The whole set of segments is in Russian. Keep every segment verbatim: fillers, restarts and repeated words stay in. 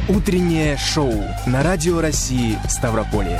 Утреннее шоу на Радио России Ставрополье.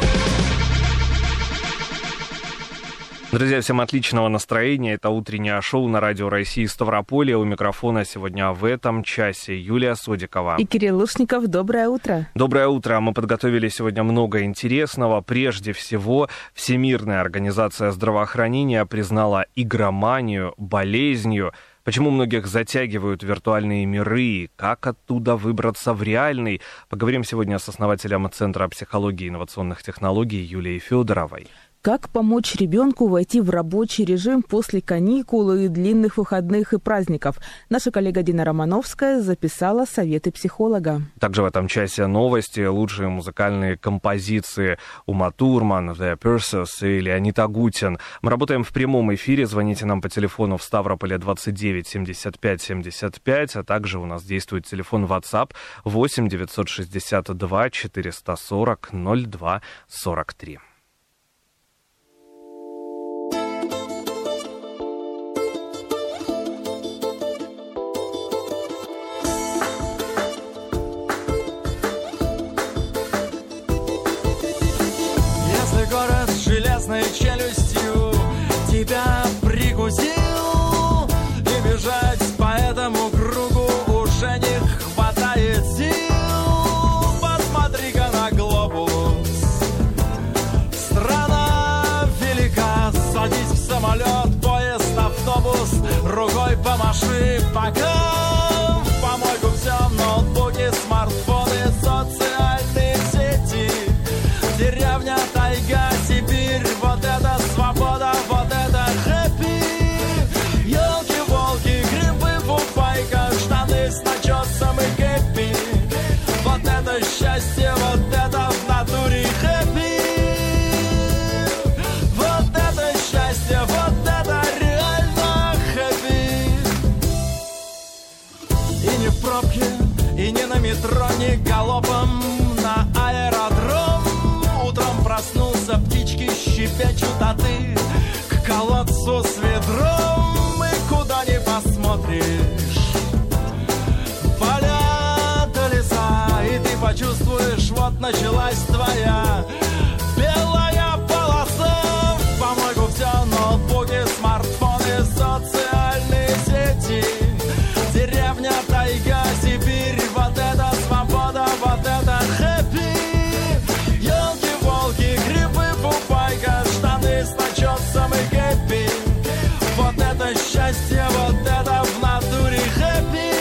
Друзья, всем отличного настроения. Это утреннее шоу на Радио России Ставрополье. У микрофона сегодня в этом часе Юлия Содикова. И Кирилл Лушников. Доброе утро. Доброе утро. Мы подготовили сегодня много интересного. Прежде всего, Всемирная организация здравоохранения признала игроманию болезнью. Почему многих затягивают виртуальные миры, как оттуда выбраться в реальный? Поговорим сегодня с основателем Центра психологии и инновационных технологий Юлией Федоровой. Как помочь ребенку войти в рабочий режим после каникул и длинных выходных и праздников? Наша коллега Дина Романовская записала советы психолога. Также в этом часе новости, лучшие музыкальные композиции Ума Турман, The Persos и Леонид Агутин. Мы работаем в прямом эфире, звоните нам по телефону в Ставрополе двадцать девять семьдесят пять семьдесят пять, а также у нас действует телефон WhatsApp восемь девятьсот шестьдесят два четыреста сорок ноль два сорок три. Железной челюстью тебя прикусил, и бежать по этому кругу уже не хватает сил. Посмотри-ка на глобус, страна велика. Садись в самолет, поезд, автобус, рукой помаши пока. В помойку все, ноутбуки, смартфоны, социальные сети, деревня, тайга, Сибирь, вот это свобода, вот это хэппи. Ёлки-волки, грибы, фуфайка, штаны с начесом и кэппи. Вот это счастье, вот это в натуре хэппи. Вот это счастье, вот это реально хэппи. И не в пробке, и не на метро, не галопом на аэродром. Утром проснулся, птички щебечут, а ты к колодцу с ведром. И куда ни посмотришь, поля до леса, и ты почувствуешь, вот началась твоя белая полоса. В помойку все, ноутбуки, смартфоны, социальные сети, деревня, тайга, Сибирь, вот это свобода, вот это хэппи. Штаны с начесом и кэппи. Вот это счастье, вот это в натуре хэппи.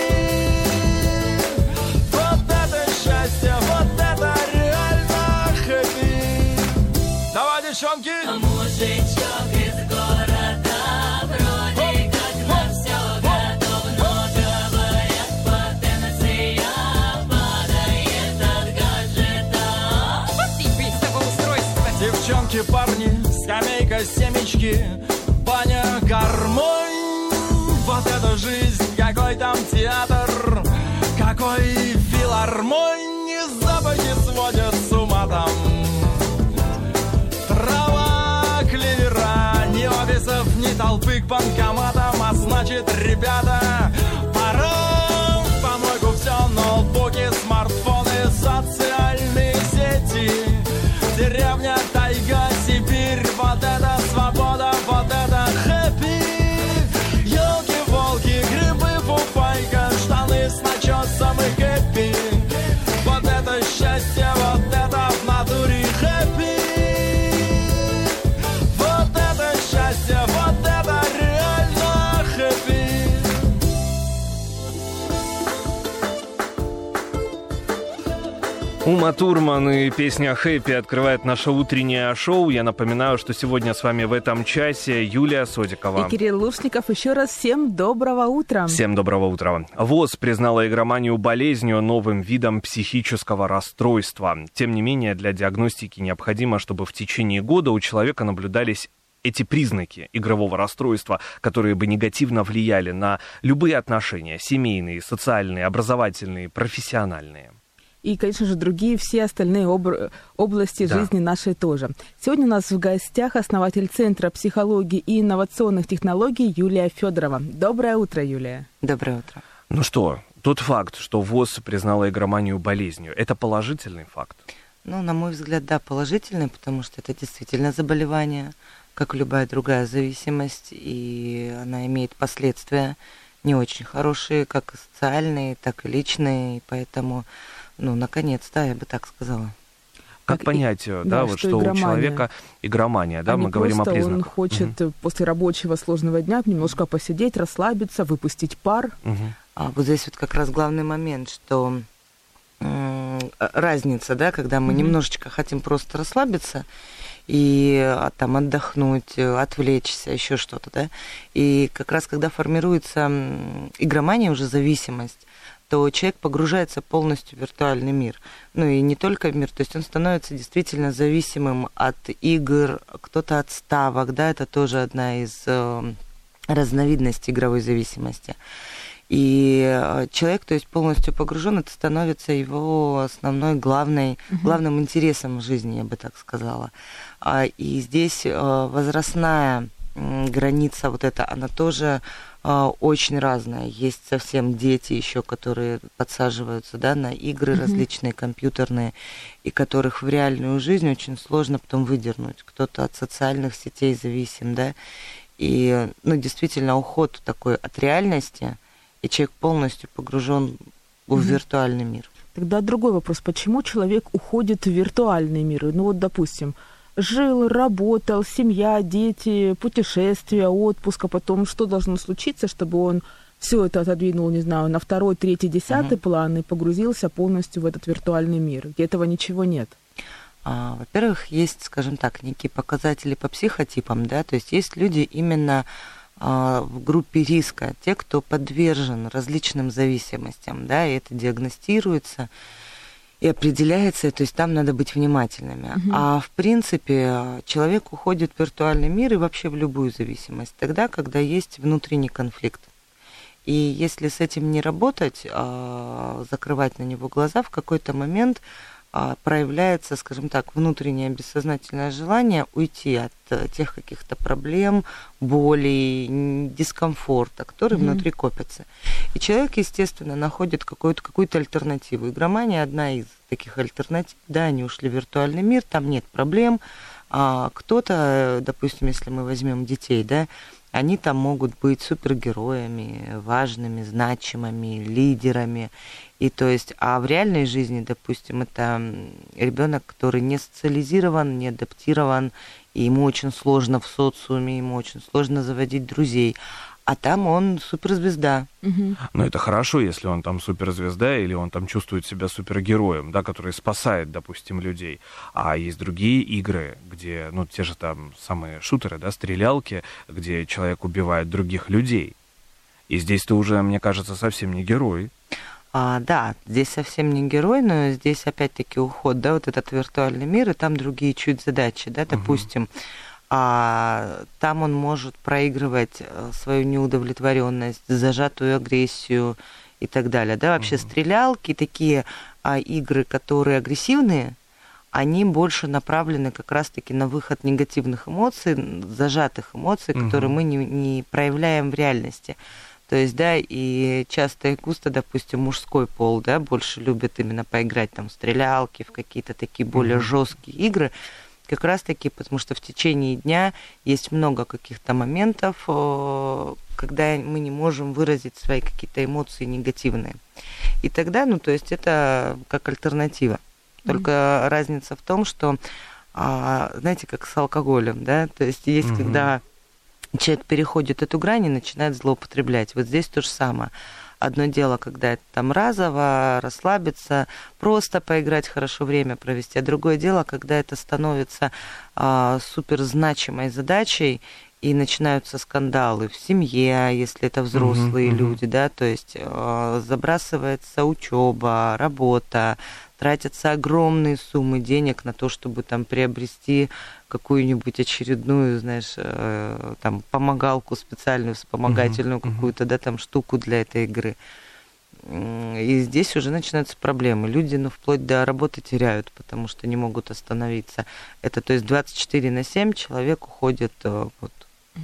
Вот это счастье, вот это реально хэппи. Давай, девчонки! Мужичок из города, вроде как на все готов, но говорят, потенция падает от гаджета. Посыпись с того устройства. Девчонки, парни, скамейка, семечки, баня, гармонь. Вот это жизнь, какой там театр, какой филармонь. Запахи сводят с ума там. Трава, клевера, ни офисов, ни толпы к банкоматам. А значит, ребята, пора в помойку все, ноутбуки, смартфоны, социальные сети, деревня, тайга, Сибирь, вот это свобода, вот это хэппи. Ёлки-волки, грибы, фуфайка, штаны с начесом и кэппи. Вот это счастье, вот это в натуре хэппи. Вот это счастье, вот это реально хэппи. Ума Турман и песня «Хэппи» открывает наше утреннее шоу. Я напоминаю, что сегодня с вами в этом часе Юлия Содикова. И Кирилл Лушников. Еще раз всем доброго утра. Всем доброго утра. ВОЗ признала игроманию болезнью, новым видом психического расстройства. Тем не менее, для диагностики необходимо, чтобы в течение года у человека наблюдались эти признаки игрового расстройства, которые бы негативно влияли на любые отношения: семейные, социальные, образовательные, профессиональные. И, конечно же, другие все остальные об... области да. жизни нашей тоже. Сегодня у нас в гостях основатель Центра психологии и инновационных технологий Юлия Федорова. Доброе утро, Юлия. Доброе утро. Ну что, Тот факт, что ВОЗ признала игроманию болезнью, это положительный факт? Ну, на мой взгляд, да, положительный, потому что это действительно заболевание, как любая другая зависимость, и она имеет последствия не очень хорошие, как и социальные, так и личные, и поэтому, ну, наконец-то, я бы так сказала. Как Так, понять, и, да, да, вот что что у игромания. человека игромания, да, а мы не говорим о просто признаках. он хочет Мгм. после рабочего сложного дня немножко посидеть, расслабиться, выпустить пар. Мгм. А вот здесь вот как раз главный момент, что м, разница, да, когда мы Мгм. немножечко хотим просто расслабиться и а, там отдохнуть, э, отвлечься, еще что-то, да, и как раз когда формируется м, игромания, уже зависимость, то человек погружается полностью в виртуальный мир. Ну и не только в мир, то есть он становится действительно зависимым от игр, кто-то от ставок, да, это тоже одна из э, разновидностей игровой зависимости. И э, человек, то есть полностью погружен, это становится его основной, главной, Мгм. главным интересом в жизни, я бы так сказала. А, и здесь э, возрастная м, граница вот эта, она тоже э, очень разная. Есть совсем дети еще, которые подсаживаются, да, на игры Мгм. различные, компьютерные, и которых в реальную жизнь очень сложно потом выдернуть. Кто-то от социальных сетей зависим, да. И, ну, действительно, уход такой от реальности, и человек полностью погружен в Мгм. виртуальный мир. Тогда другой вопрос. Почему человек уходит в виртуальный мир? Ну вот, допустим, жил, работал, семья, дети, путешествия, отпуск, а потом что должно случиться, чтобы он все это отодвинул, не знаю, на второй, третий, десятый Мгм. план и погрузился полностью в этот виртуальный мир, где этого ничего нет? А, во-первых, есть, скажем так, некие показатели по психотипам, да, то есть есть люди именно а, в группе риска, те, кто подвержен различным зависимостям, да, и это диагностируется и определяется, то есть там надо быть внимательными. Мгм. А в принципе человек уходит в виртуальный мир и вообще в любую зависимость тогда, когда есть внутренний конфликт. И если с этим не работать, а, закрывать на него глаза, в какой-то момент а, проявляется, скажем так, внутреннее бессознательное желание уйти от э, тех каких-то проблем, болей, н- дискомфорта, которые Мгм. внутри копятся. И человек, естественно, находит какую-то, какую-то альтернативу. Игромания одна из таких альтернатив. Да, они ушли в виртуальный мир, там нет проблем. А кто-то, э, допустим, если мы возьмем детей, да, они там могут быть супергероями, важными, значимыми, лидерами. И то есть, а в реальной жизни, допустим, это ребенок, который не социализирован, не адаптирован, и ему очень сложно в социуме, ему очень сложно заводить друзей. А там он суперзвезда. Мгм. Но это хорошо, если он там суперзвезда или он там чувствует себя супергероем, да, который спасает, допустим, людей. А есть другие игры, где, ну, те же там самые шутеры, да, стрелялки, где человек убивает других людей. И здесь ты уже, мне кажется, совсем не герой. А, да, здесь совсем не герой, но здесь опять-таки уход, да, вот этот виртуальный мир, и там другие чуть задачи, да, допустим, а, там он может проигрывать э, свою неудовлетворенность, зажатую агрессию и так далее, да, вообще Мгм. стрелялки, такие а, игры, которые агрессивные, они больше направлены как раз-таки на выход негативных эмоций, зажатых эмоций, которые Мгм. мы не, не проявляем в реальности. То есть, да, и часто и густо, допустим, мужской пол, да, больше любит именно поиграть там в стрелялки, в какие-то такие более Мгм. жесткие игры, как раз-таки, потому что в течение дня есть много каких-то моментов, э, когда мы не можем выразить свои какие-то эмоции негативные. И тогда, ну, то есть это как альтернатива. Только разница в том, что, а, знаете, как с алкоголем, да, то есть есть, Мгм. когда человек переходит эту грань и начинает злоупотреблять. Вот здесь то же самое. Одно дело, когда это там разово, расслабиться, просто поиграть, хорошо время провести. А другое дело, когда это становится а, суперзначимой задачей, и начинаются скандалы в семье, если это взрослые Мгм, мгм. люди, да, то есть э, забрасывается учеба, работа, тратятся огромные суммы денег на то, чтобы там приобрести какую-нибудь очередную, знаешь, э, там помогалку специальную, вспомогательную Мгм, мгм. какую-то, да, там штуку для этой игры. М, И здесь уже начинаются проблемы. Люди, ну, вплоть до работы теряют, потому что не могут остановиться. Это, то есть, двадцать четыре на семь человек уходит э, вот.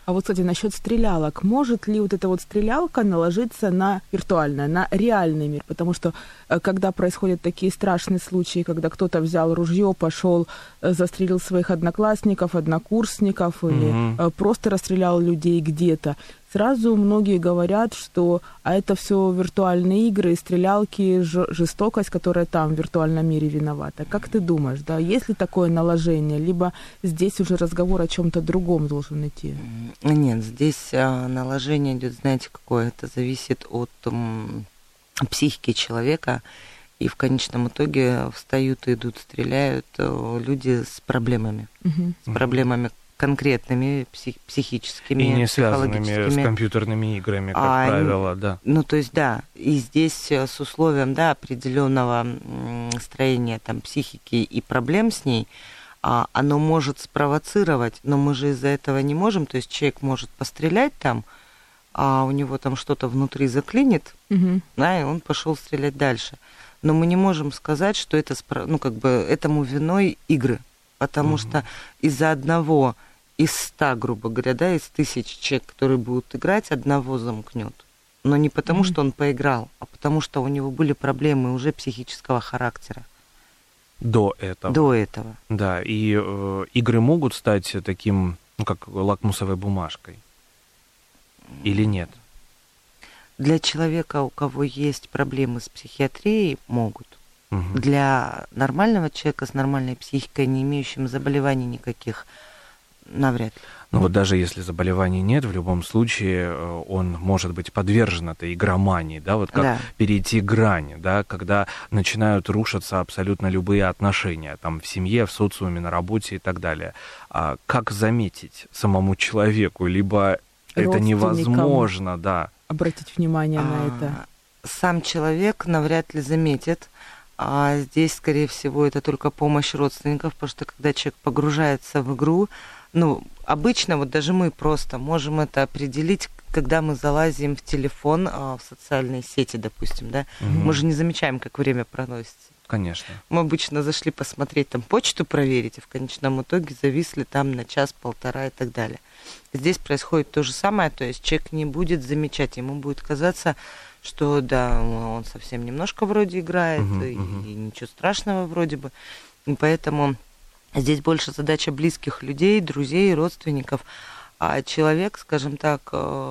А вот, кстати, насчет стрелялок. Может ли вот эта вот стрелялка наложиться на виртуальное, на реальный мир? Потому что э, когда происходят такие страшные случаи, когда кто-то взял ружье, пошел, э, застрелил своих одноклассников, однокурсников, mm-hmm. или э, просто расстрелял людей где-то, сразу многие говорят, что а это все виртуальные игры, стрелялки, ж- жестокость, которая там в виртуальном мире виновата. Как ты думаешь, да, есть ли такое наложение, либо здесь уже разговор о чем-то другом должен идти? Нет, здесь а, наложение идет, знаете, какое? Это зависит от м, психики человека, и в конечном итоге встают и идут, стреляют э, люди с проблемами, Угу. с проблемами конкретными, псих, психическими, и не связанными психологическими. с компьютерными играми, как А, правило, да. Ну, то есть, да, и здесь с условием, да, определенного строения там психики и проблем с ней, а, оно может спровоцировать, но мы же из-за этого не можем, то есть человек может пострелять там, а у него там что-то внутри заклинит, Угу. да, и он пошел стрелять дальше. Но мы не можем сказать, что это, ну, как бы, этому виной игры, потому Мгм. что из-за одного из ста, грубо говоря, да, из тысячи человек, которые будут играть, одного замкнет. Но не потому, Мгм. что он поиграл, а потому, что у него были проблемы уже психического характера До этого. до этого. Да, и э, игры могут стать таким, ну, как лакмусовой бумажкой. Или нет? Для человека, у кого есть проблемы с психиатрией, могут. Мгм. Для нормального человека с нормальной психикой, не имеющим заболеваний никаких, навряд ли. Ну вот даже если заболеваний нет, в любом случае э, он может быть подвержен этой игромании, да, вот как Да. перейти грань, да, когда начинают рушиться абсолютно любые отношения, там, в семье, в социуме, на работе и так далее. А как заметить самому человеку, либо это Родственникам. невозможно, да. Обратить внимание на это. А, Сам человек навряд ли заметит. А здесь, скорее всего, это только помощь родственников, потому что когда человек погружается в игру, ну, обычно вот даже мы просто можем это определить, когда мы залазим в телефон, а, в социальные сети, допустим, да, Мгм. мы же не замечаем, как время проносится. Конечно. Мы обычно зашли посмотреть, там, почту проверить, и в конечном итоге зависли там на час-полтора и так далее. Здесь происходит то же самое, то есть человек не будет замечать, ему будет казаться, что да, он совсем немножко вроде играет, Мгм, и, мгм. и ничего страшного вроде бы. И поэтому здесь больше задача близких людей, друзей, родственников. А человек, скажем так,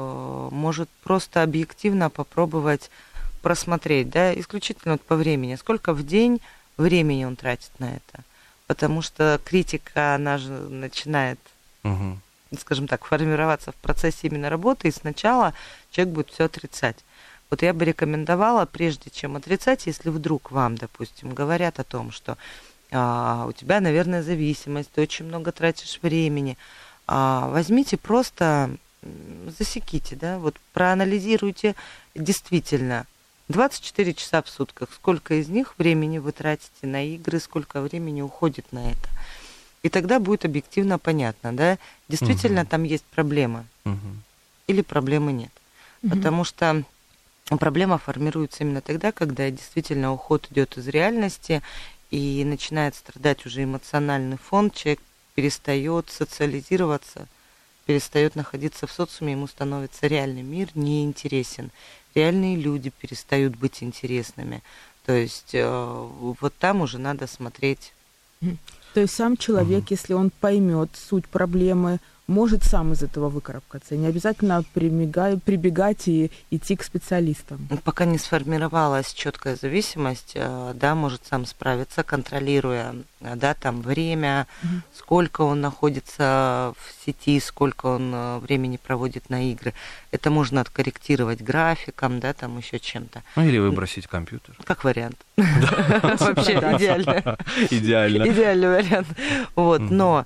э, может просто объективно попробовать просмотреть, да, исключительно вот по времени, сколько в день времени он тратит на это. Потому что критика, она же начинает, Мгм. скажем так, формироваться в процессе именно работы, и сначала человек будет все отрицать. Вот я бы рекомендовала, прежде чем отрицать, если вдруг вам, допустим, говорят о том, что а, у тебя, наверное, зависимость, ты очень много тратишь времени, а, возьмите просто, м, засеките, да, вот проанализируйте действительно двадцать четыре часа в сутках, сколько из них времени вы тратите на игры, сколько времени уходит на это. И тогда будет объективно понятно, да, действительно Мгм. там есть проблема Мгм. или проблемы нет. Мгм. Потому что проблема формируется именно тогда, когда действительно уход идет из реальности и начинает страдать уже эмоциональный фон, человек перестает социализироваться, перестает находиться в социуме, ему становится реальный мир неинтересен. Реальные люди перестают быть интересными. То есть э, вот там уже надо смотреть. То есть сам человек, если он поймет суть проблемы, может сам из этого выкарабкаться. Не обязательно прибегать, прибегать и идти к специалистам. Пока не сформировалась четкая зависимость, э, да, может сам справиться, контролируя, э, да, там время, Мгм. сколько он находится в сети, сколько он э, времени проводит на игры. Это можно откорректировать графиком, да, там еще чем-то. Ну или выбросить компьютер. Как вариант. Вообще идеально. Идеально. Идеальный вариант. Вот, Мгм. но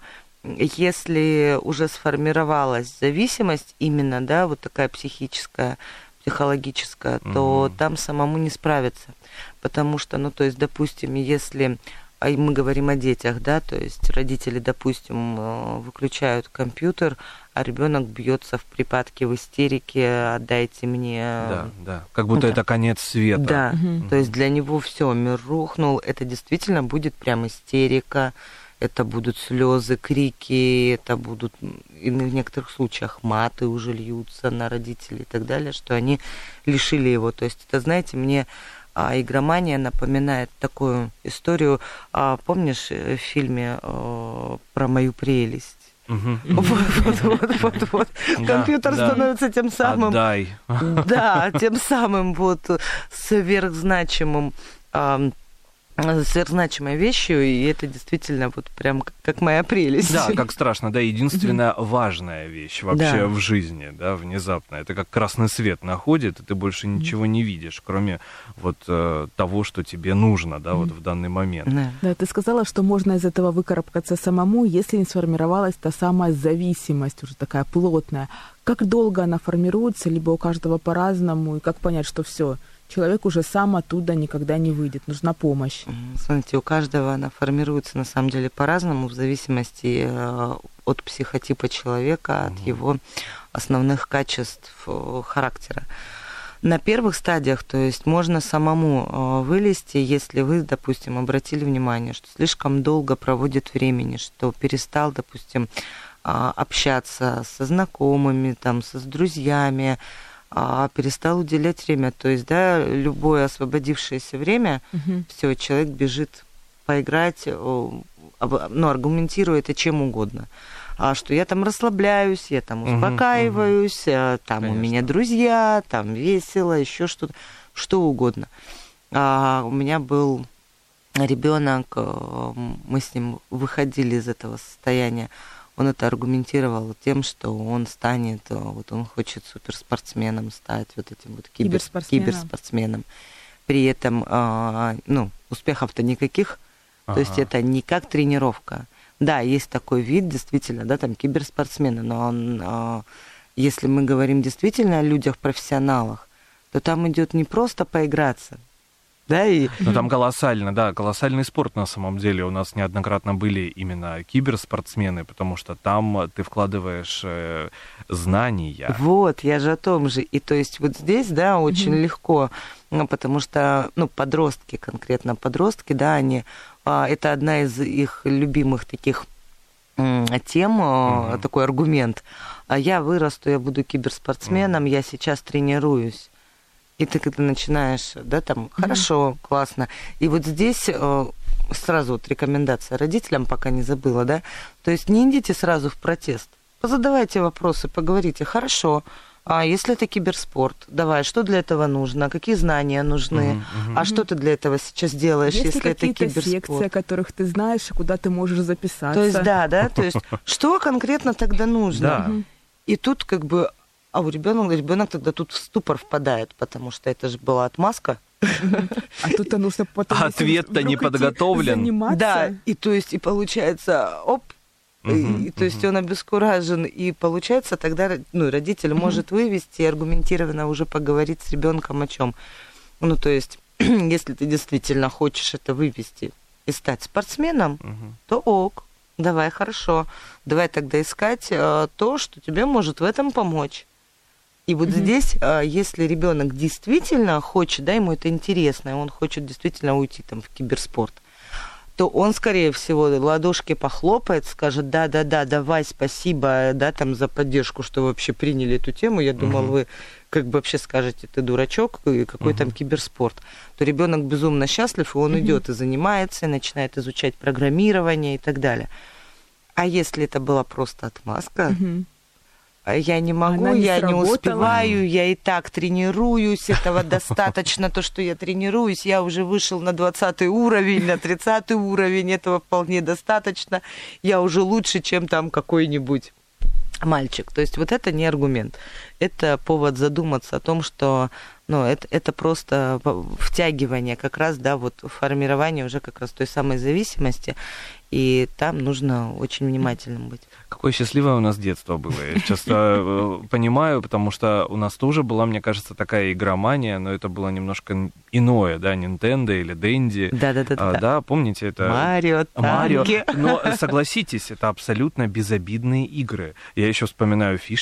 если уже сформировалась зависимость, именно, да, вот такая психическая, психологическая, то Мгм. там самому не справиться. Потому что, ну, то есть, допустим, если а мы говорим о детях, да, то есть родители, допустим, э, выключают компьютер, а ребенок бьется в припадке, в истерике, отдайте мне. Да, да. Как будто Да. это конец света. Да, Мгм. то есть для него все, мир рухнул, это действительно будет прям истерика, это будут слезы, крики, это будут и в некоторых случаях маты уже льются на родителей и так далее, что они лишили его. То есть это, знаете, мне а, игромания напоминает такую историю. А, помнишь в фильме а, про мою прелесть? Угу. Вот, вот, вот, вот, вот. Компьютер да, становится тем самым... Отдай. Да, тем самым вот сверхзначимым... сверхзначимой вещью, и это действительно вот прям как моя прелесть. Да, как страшно, да, единственная важная вещь вообще да. в жизни, да, внезапно. Это как красный свет находит, и ты больше ничего не видишь, кроме вот э, того, что тебе нужно, да, вот в данный момент. Да. Да, ты сказала, что можно из этого выкарабкаться самому, если не сформировалась та самая зависимость, уже такая плотная. Как долго она формируется, либо у каждого по-разному, и как понять, что все, человек уже сам оттуда никогда не выйдет, нужна помощь? Смотрите, у каждого она формируется на самом деле по-разному, в зависимости от психотипа человека, от его основных качеств характера. На первых стадиях, то есть можно самому вылезти, если вы, допустим, обратили внимание, что слишком долго проводит времени, что перестал, допустим, общаться со знакомыми, там, со с друзьями, перестал уделять время. То есть, да, любое освободившееся время, угу. все, человек бежит поиграть, ну, аргументируя это чем угодно. А что я там расслабляюсь, я там успокаиваюсь, угу, угу. там Конечно. У меня друзья, там весело, еще что-то, что угодно. А у меня был ребенок, мы с ним выходили из этого состояния. Он это аргументировал тем, что он станет, вот он хочет суперспортсменом стать, вот этим вот кибер, киберспортсменом. киберспортсменом. При этом, ну, успехов-то никаких, ага. то есть это не как тренировка. Да, есть такой вид, действительно, да, там киберспортсмены, но он, если мы говорим действительно о людях-профессионалах, то там идет не просто поиграться. Да, и... Ну, там колоссально, да, колоссальный спорт на самом деле. У нас неоднократно были именно киберспортсмены, потому что там ты вкладываешь э, знания. Вот, я же о том же. И то есть вот здесь, да, очень mm-hmm. легко, ну, потому что, ну, подростки, конкретно подростки, да, они, а, это одна из их любимых таких м, тем, mm-hmm. такой аргумент. А я вырасту, я буду киберспортсменом, mm-hmm. я сейчас тренируюсь. И ты когда начинаешь, да, там, хорошо, mm-hmm. классно. И вот здесь э, сразу вот рекомендация родителям, пока не забыла, да, то есть не идите сразу в протест. Позадавайте вопросы, поговорите, хорошо, а если это киберспорт, давай, что для этого нужно, какие знания нужны, mm-hmm. а что ты для этого сейчас делаешь, есть если это киберспорт? Есть секции, которых ты знаешь, куда ты можешь записаться. То есть, да, да, то есть, что конкретно тогда нужно? Да. И тут как бы... А у ребенка, ребенок тогда тут в ступор впадает, потому что это же была отмазка. А тут нужно потом... Ответ-то не подготовлен. Да, и то есть, и получается, оп, и, то есть он обескуражен, и получается тогда, ну, родитель может вывести и аргументированно уже поговорить с ребенком о чем. Ну, то есть, если ты действительно хочешь это вывести и стать спортсменом, то ок, давай, хорошо, давай тогда искать то, что тебе может в этом помочь. И вот mm-hmm. здесь, если ребенок действительно хочет, да, ему это интересно, и он хочет действительно уйти там в киберспорт, то он, скорее всего, ладошки похлопает, скажет, да-да-да, давай, спасибо, да, там, за поддержку, что вы вообще приняли эту тему. Я думал, mm-hmm. вы как бы вообще скажете, ты дурачок, и какой mm-hmm. там киберспорт. То ребенок безумно счастлив, и он mm-hmm. идет и занимается, и начинает изучать программирование и так далее. А если это была просто отмазка... Mm-hmm. Я не могу, не я сработала. Не успеваю, я и так тренируюсь, этого достаточно, то, что я тренируюсь, я уже вышел на двадцатый уровень, на тридцатый уровень, этого вполне достаточно, я уже лучше, чем там какой-нибудь мальчик. То есть вот это не аргумент, это повод задуматься о том, что ну, это, это просто втягивание как раз, да, вот формирование уже как раз той самой зависимости, и там нужно очень внимательным быть. Какое счастливое у нас детство было. Я сейчас понимаю, потому что у нас тоже была, мне кажется, такая игромания, но это было немножко иное, да, Nintendo или Dendy. Да-да-да. Да, помните это? Марио, танки. Но согласитесь, это абсолютно безобидные игры. Я еще вспоминаю фишки.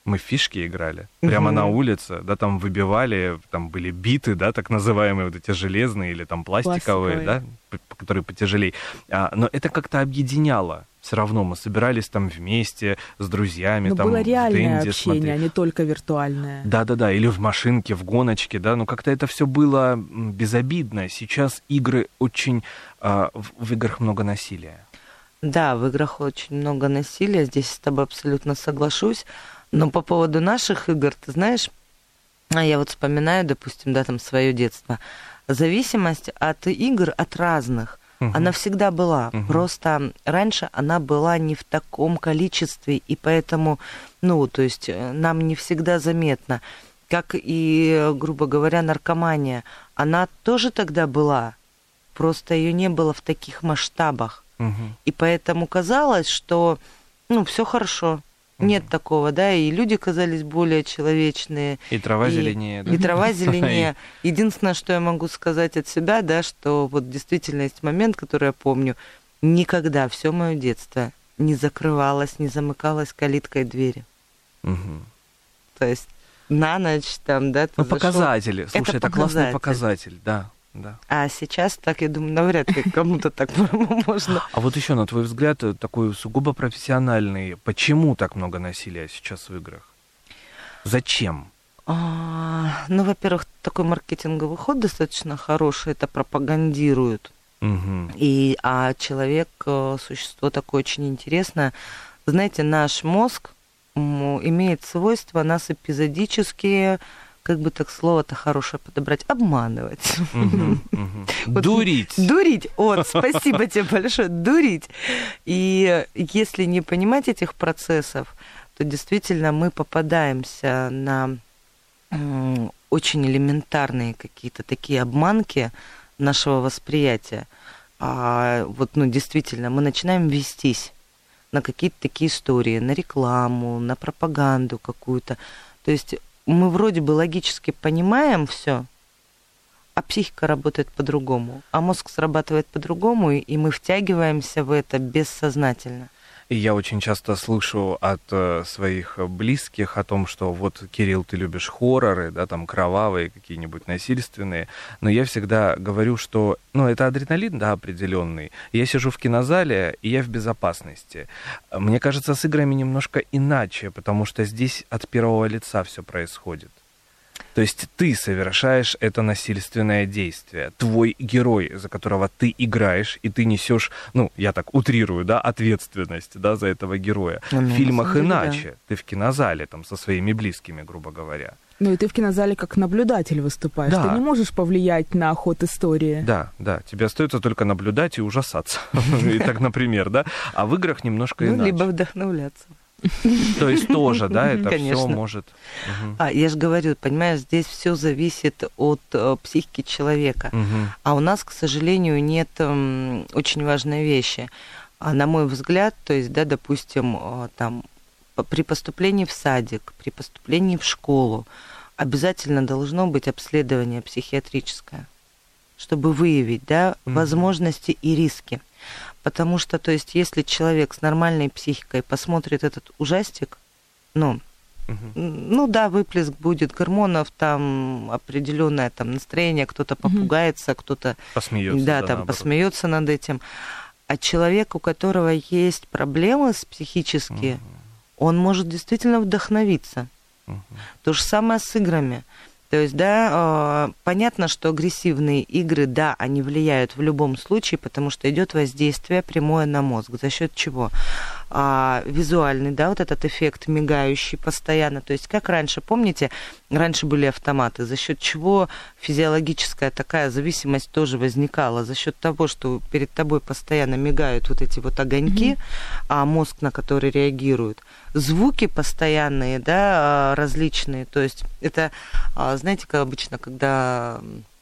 Мы в фишки играли. Прямо Мгм. на улице, да, там выбивали, там были биты, да, так называемые, вот эти железные или там пластиковые, Пластиковые. да, п- которые потяжелее. А, но это как-то объединяло. Все равно мы собирались там вместе с друзьями, Но там было в реальное Денде общение, смотреть. а не только виртуальное. Да-да-да, или в машинке, в гоночке, да, но как-то это все было м, безобидно. Сейчас игры очень... а, в, в играх много насилия. Да, в играх очень много насилия, здесь с тобой абсолютно соглашусь. Но по поводу наших игр, ты знаешь, а я вот вспоминаю, допустим, да, там свое детство. Зависимость от игр, от разных, Мгм. она всегда была. Мгм. Просто раньше она была не в таком количестве, и поэтому, ну, то есть э, нам не всегда заметно. Как и, грубо говоря, наркомания. Она тоже тогда была, просто ее не было в таких масштабах. Мгм. И поэтому казалось, что, ну, все хорошо. Нет такого, да, и люди казались более человечные, И трава И- зеленее, да? и трава зеленее. Единственное, что я могу сказать от себя, да, что вот действительно есть момент, который я помню. Никогда все мое детство не закрывалась, не замыкалась калиткой двери. Мгм. То есть на ночь там, да, ты Ну, зашёл. показатели. Слушай, это, Это классный показатель. показатель, да, да. А сейчас, так, я думаю, навряд ли кому-то так можно. А вот еще, на твой взгляд, э, такой сугубо профессиональный, почему так много насилия сейчас в играх? Зачем? А, Ну, во-первых, такой маркетинговый ход достаточно хороший, это пропагандируют. Мгм. И, а человек, э, существо такое очень интересное. Знаете, наш мозг м, имеет свойство нас эпизодически, как бы так слово-то хорошее подобрать, обманывать. Мгм, мгм. Вот Дурить. Дурить. Вот, спасибо тебе большое. Дурить. И если не понимать этих процессов, то действительно мы попадаемся на м, очень элементарные какие-то такие обманки нашего восприятия. А вот, ну, действительно, мы начинаем вестись на какие-то такие истории, на рекламу, на пропаганду какую-то. То есть мы вроде бы логически понимаем все, а психика работает по-другому, а мозг срабатывает по-другому, и- и мы втягиваемся в это бессознательно. И я очень часто слышу от э, своих близких о том, что вот, Кирилл, ты любишь хорроры, да, там кровавые, какие-нибудь насильственные, но я всегда говорю, что, ну, это адреналин, да, определенный. Я сижу в кинозале, и я в безопасности. Мне кажется, с играми немножко иначе, потому что здесь от первого лица все происходит. То есть ты совершаешь это насильственное действие. Твой герой, за которого ты играешь, и ты несешь, ну, я так утрирую, да, ответственность, да, за этого героя. Ну, В на фильмах самом деле, иначе. Ты в кинозале, там, со своими близкими, грубо говоря. Ну и ты в кинозале как наблюдатель выступаешь. Да. Ты не можешь повлиять на ход истории. Да, да, тебе остается только наблюдать и ужасаться. И так, например, да. А в играх немножко Ну, иначе. либо вдохновляться. То есть тоже, да, это все Конечно. может... Мгм. А, я же говорю, понимаешь, здесь все зависит от э, психики человека. Мгм. А у нас, к сожалению, нет м, очень важной вещи. А на мой взгляд, то есть, да, допустим, э, там, п- при поступлении в садик, при поступлении в школу обязательно должно быть обследование психиатрическое, чтобы выявить, да, Мгм. возможности и риски. Потому что, то есть, если человек с нормальной психикой посмотрит этот ужастик, ну, Мгм. ну да, выплеск будет гормонов, там определенное там настроение, кто-то попугается, кто-то Посмеется. да, там наоборот. посмеется над этим. А человек, у которого есть проблемы с психические, Мгм. он может действительно вдохновиться. Мгм. То же самое с играми. То есть, да, э, понятно, что агрессивные игры, да, они влияют в любом случае, потому что идет воздействие прямое на мозг. За счет чего? А, визуальный, да, вот этот эффект мигающий постоянно. То есть, как раньше, помните, раньше были автоматы, за счет чего физиологическая такая зависимость тоже возникала, за счет того, что перед тобой постоянно мигают вот эти вот огоньки, mm-hmm. а мозг на который реагирует. Звуки постоянные, да, различные. То есть, это, знаете, как обычно, когда,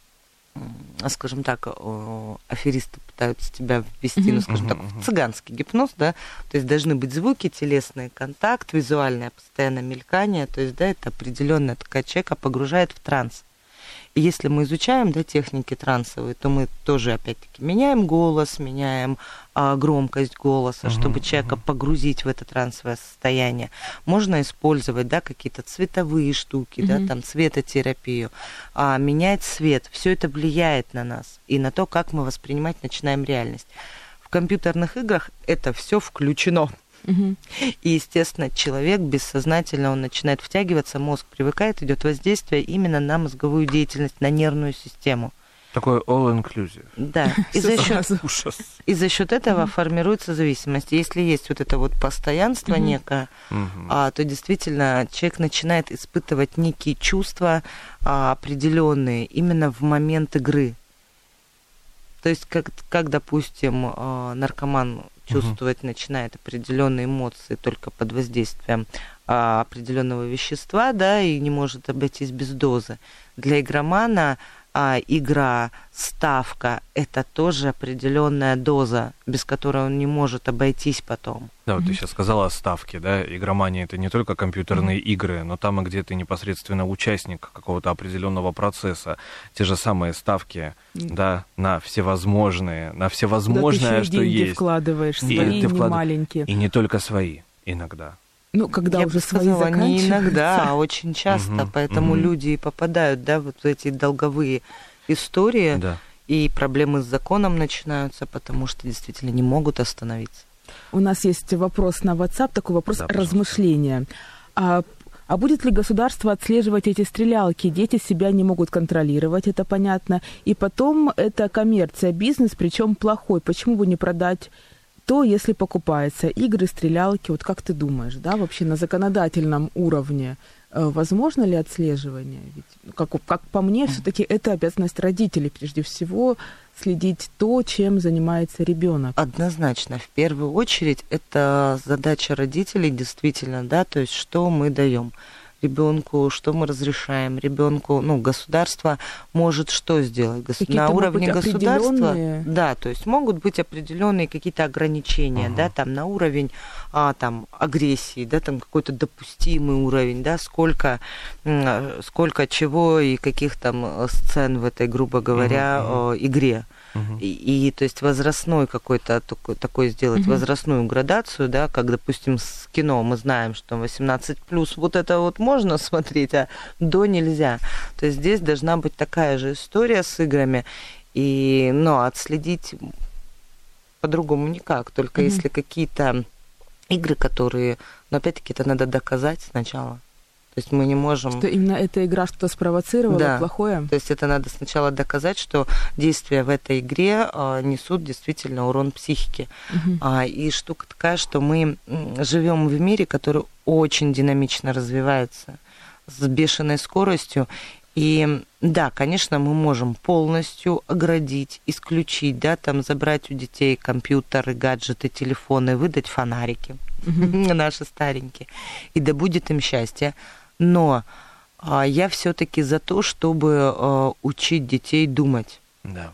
скажем так, аферисты пытаются тебя ввести, mm-hmm. ну, скажем так, в цыганский гипноз, да, то есть должны быть звуки, телесный контакт, визуальное постоянное мелькание, то есть, да, это определенная такая человека погружает в транс. если мы изучаем, да, техники трансовые, то мы тоже, опять-таки, меняем голос, меняем а, громкость голоса, uh-huh, чтобы человека uh-huh. погрузить в это трансовое состояние. Можно использовать, да, какие-то цветовые штуки, uh-huh. да, там, цветотерапию, а, менять цвет. Все это влияет на нас и на то, как мы воспринимать начинаем реальность. В компьютерных играх это все включено. Угу. И, естественно, человек бессознательно, он начинает втягиваться, мозг привыкает, идет воздействие именно на мозговую деятельность, на нервную систему. Такой all-inclusive. Да, и за счет, и за счет этого угу. формируется зависимость. Если есть вот это вот постоянство угу. некое, угу. а, то действительно человек начинает испытывать некие чувства а, определенные именно в момент игры. То есть, как, как допустим, наркоман чувствовать угу. начинает определенные эмоции только под воздействием а, определенного вещества, да, и не может обойтись без дозы. Для игромана а, игра, ставка – это тоже определенная доза, без которой он не может обойтись потом. Да, вот mm-hmm. ты сейчас сказала о ставке, да, игромания – это не только компьютерные mm-hmm. игры, но там, где ты непосредственно участник какого-то определенного процесса, те же самые ставки, mm-hmm. да, на всевозможные, на всевозможное, что деньги есть. Вкладываешь, свои, и не вклад... маленькие. И не только свои, иногда. Ну, когда Я уже бы сказала, свои заканчиваются. Не иногда, а очень часто, угу, поэтому угу. люди и попадают, да, вот в эти долговые истории, да. и проблемы с законом начинаются, потому что действительно не могут остановиться. У нас есть вопрос на WhatsApp, такой вопрос да, размышления. А, а будет ли государство отслеживать эти стрелялки? Дети себя не могут контролировать, это понятно. И потом это коммерция, бизнес, причем плохой. Почему бы не продать то, если покупается игры, стрелялки? Вот как ты думаешь, да, вообще на законодательном уровне возможно ли отслеживание? Ведь, как, как по мне, все-таки это обязанность родителей, прежде всего, следить то, чем занимается ребенок. Однозначно, в первую очередь, это задача родителей, действительно, да, то есть что мы даем ребенку, что мы разрешаем ребенку, ну, государство может что сделать? Гос... На уровне государства, да, то есть могут быть определенные какие-то ограничения, uh-huh. да, там на уровень а, там, агрессии, да, там какой-то допустимый уровень, да, сколько, сколько чего и каких там сцен в этой, грубо говоря, uh-huh. игре. Uh-huh. И, и, то есть, возрастной какой-то такой, такой сделать uh-huh. возрастную градацию, да, как, допустим, с кино мы знаем, что восемнадцать плюс вот это вот можно смотреть, а до нельзя. То есть, здесь должна быть такая же история с играми, и, но отследить по-другому никак, только uh-huh. если какие-то игры, которые, но опять-таки это надо доказать сначала. То есть мы не можем... Что именно эта игра что-то спровоцировала, да. плохое? То есть это надо сначала доказать, что действия в этой игре а, несут действительно урон психике. Угу. А, и штука такая, что мы живем в мире, который очень динамично развивается, с бешеной скоростью. И да, конечно, мы можем полностью оградить, исключить, да, там забрать у детей компьютеры, гаджеты, телефоны, выдать фонарики, угу. наши старенькие, и да будет им счастье. Но а, я все-таки за то, чтобы а, учить детей думать, да.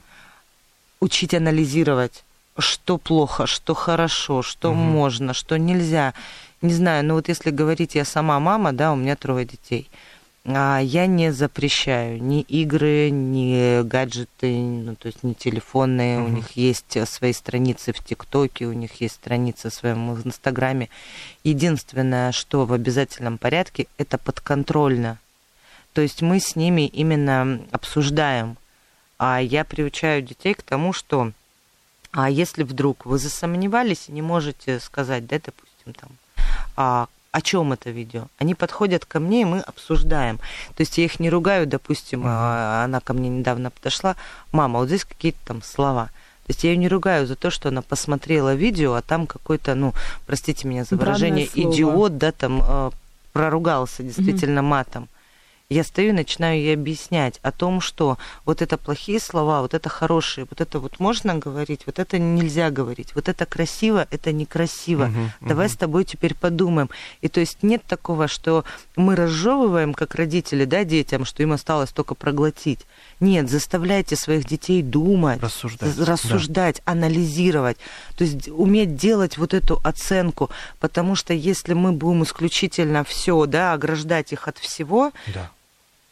учить анализировать, что плохо, что хорошо, что угу. можно, что нельзя. Не знаю, ну вот если говорить, я сама мама, да, у меня трое детей. А я не запрещаю ни игры, ни гаджеты, ну, то есть ни телефонные. Uh-huh. У них есть свои страницы в ТикТоке, у них есть страницы в своем Инстаграме. Единственное, что в обязательном порядке, это подконтрольно. То есть мы с ними именно обсуждаем. А я приучаю детей к тому, что а если вдруг вы засомневались и не можете сказать, да, допустим, там, а, о чем это видео? Они подходят ко мне, и мы обсуждаем. То есть я их не ругаю, допустим, mm-hmm. она ко мне недавно подошла, мама, вот здесь какие-то там слова. То есть я ее не ругаю за то, что она посмотрела видео, а там какой-то, ну, простите меня за выражение, идиот, да, там проругался действительно mm-hmm. матом. Я стою и начинаю ей объяснять о том, что вот это плохие слова, вот это хорошие, вот это вот можно говорить, вот это нельзя говорить, вот это красиво, это некрасиво. Uh-huh, uh-huh. Давай с тобой теперь подумаем. И то есть нет такого, что мы разжевываем, как родители, да, детям, что им осталось только проглотить. Нет, заставляйте своих детей думать, рассуждать, рассуждать да. анализировать, то есть уметь делать вот эту оценку, потому что если мы будем исключительно все, да, ограждать их от всего, да.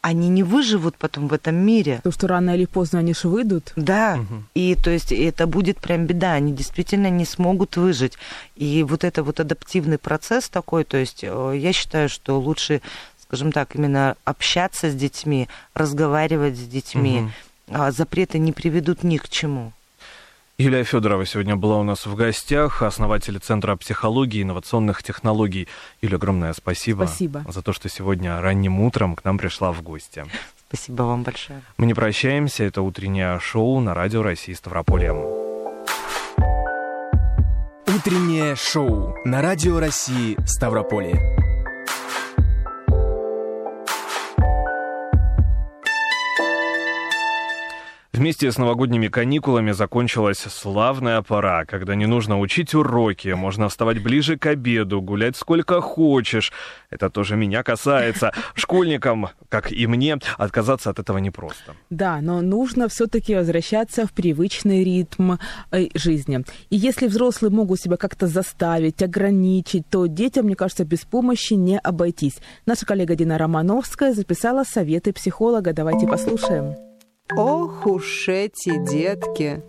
они не выживут потом в этом мире. Потому что рано или поздно они же выйдут. Да, Мгм. и то есть это будет прям беда, они действительно не смогут выжить. И вот это вот адаптивный процесс такой, то есть э, я считаю, что лучше, скажем так, именно общаться с детьми, разговаривать с детьми. Мгм. А запреты не приведут ни к чему. Юлия Федорова сегодня была у нас в гостях, основатель Центра психологии и инновационных технологий. Юля, огромное спасибо, Спасибо. за то, что сегодня ранним утром к нам пришла в гости. Спасибо вам большое. Мы не прощаемся, это утреннее шоу на Радио России Ставрополье. Утреннее шоу на Радио России Ставрополье. Вместе с новогодними каникулами закончилась славная пора, когда не нужно учить уроки, можно вставать ближе к обеду, гулять сколько хочешь. Это тоже меня касается. Школьникам, как и мне, отказаться от этого непросто. Да, но нужно все-таки возвращаться в привычный ритм э, жизни. И если взрослые могут себя как-то заставить, ограничить, то детям, мне кажется, без помощи не обойтись. Наша коллега Дина Романовская записала советы психолога. Давайте послушаем. Ох уж эти детки!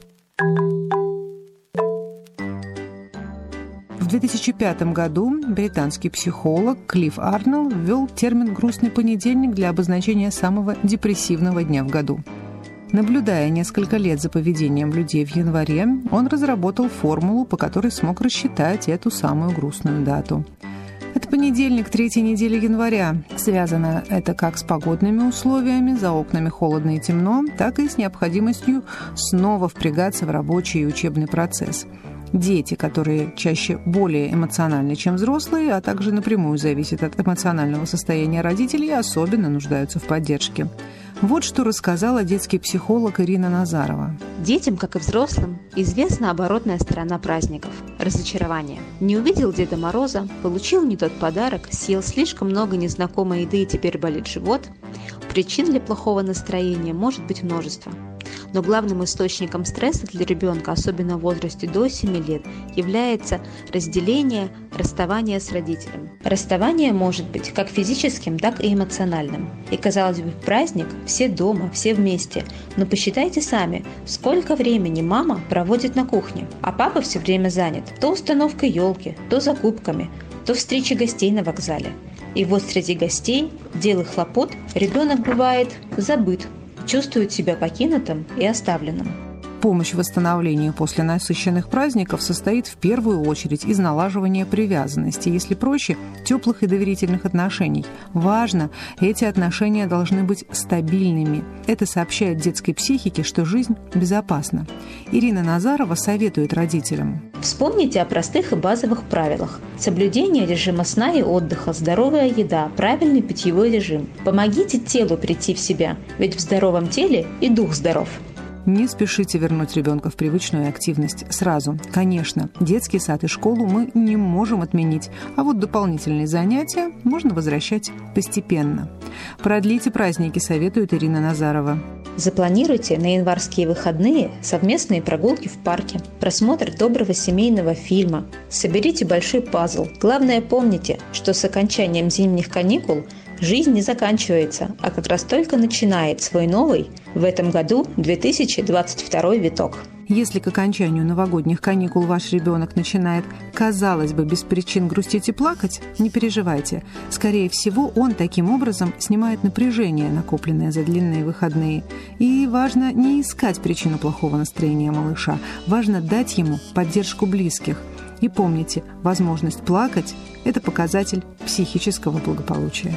В две тысячи пятом году британский психолог Клифф Арнелл ввел термин «грустный понедельник» для обозначения самого депрессивного дня в году. Наблюдая несколько лет за поведением людей в январе, он разработал формулу, по которой смог рассчитать эту самую грустную дату. Это понедельник третьей недели января. Связано это как с погодными условиями, за окнами холодно и темно, так и с необходимостью снова впрягаться в рабочий и учебный процесс. Дети, которые чаще более эмоциональны, чем взрослые, а также напрямую зависят от эмоционального состояния родителей, особенно нуждаются в поддержке. Вот что рассказала детский психолог Ирина Назарова. Детям, как и взрослым, известна оборотная сторона праздников – разочарование. Не увидел Деда Мороза, получил не тот подарок, съел слишком много незнакомой еды и теперь болит живот. Причин для плохого настроения может быть множество. Но главным источником стресса для ребенка, особенно в возрасте до семи лет, является разделение, расставание с родителем. Расставание может быть как физическим, так и эмоциональным. И, казалось бы, праздник, все дома, все вместе. Но посчитайте сами, сколько времени мама проводит на кухне, а папа все время занят. То установкой елки, то закупками, то встречей гостей на вокзале. И вот среди гостей, дел и хлопот, ребенок бывает забыт, чувствует себя покинутым и оставленным. Помощь в восстановлении после насыщенных праздников состоит в первую очередь из налаживания привязанности, если проще, теплых и доверительных отношений. Важно, эти отношения должны быть стабильными. Это сообщает детской психике, что жизнь безопасна. Ирина Назарова советует родителям. Вспомните о простых и базовых правилах. Соблюдение режима сна и отдыха, здоровая еда, правильный питьевой режим. Помогите телу прийти в себя, ведь в здоровом теле и дух здоров. Не спешите вернуть ребенка в привычную активность сразу. Конечно, детский сад и школу мы не можем отменить, а вот дополнительные занятия можно возвращать постепенно. Продлите праздники, советует Ирина Назарова. Запланируйте на январские выходные совместные прогулки в парке, просмотр доброго семейного фильма. Соберите большой пазл. Главное, помните, что с окончанием зимних каникул жизнь не заканчивается, а как раз только начинает свой новый, в этом году, две тысячи двадцать второй виток. Если к окончанию новогодних каникул ваш ребенок начинает, казалось бы, без причин грустить и плакать, не переживайте. Скорее всего, он таким образом снимает напряжение, накопленное за длинные выходные. И важно не искать причину плохого настроения малыша, важно дать ему поддержку близких. И помните, возможность плакать – это показатель психического благополучия.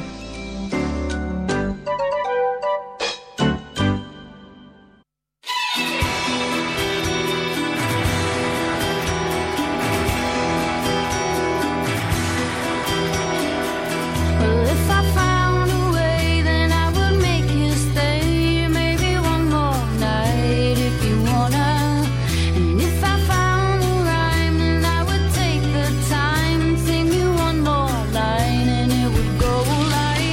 Like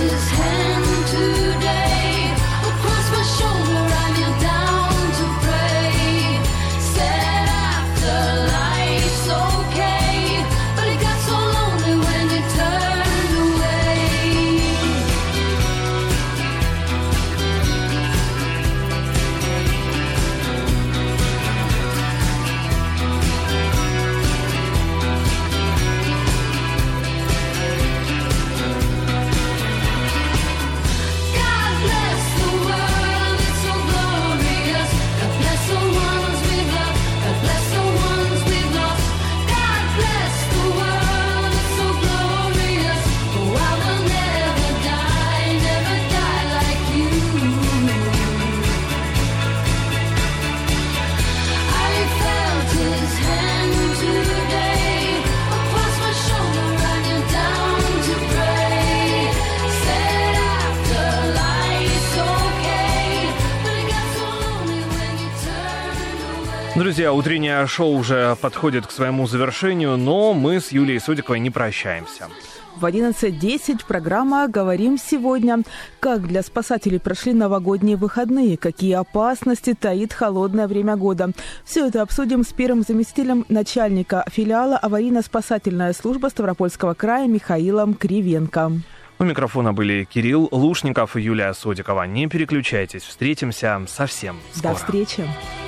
Друзья, утреннее шоу уже подходит к своему завершению, но мы с Юлией Содиковой не прощаемся. В одиннадцать десять программа «Говорим сегодня». Как для спасателей прошли новогодние выходные? Какие опасности таит холодное время года? Все это обсудим с первым заместителем начальника филиала аварийно-спасательная служба Ставропольского края Михаилом Кривенко. У микрофона были Кирилл Лушников и Юлия Содикова. Не переключайтесь, встретимся совсем скоро. До встречи.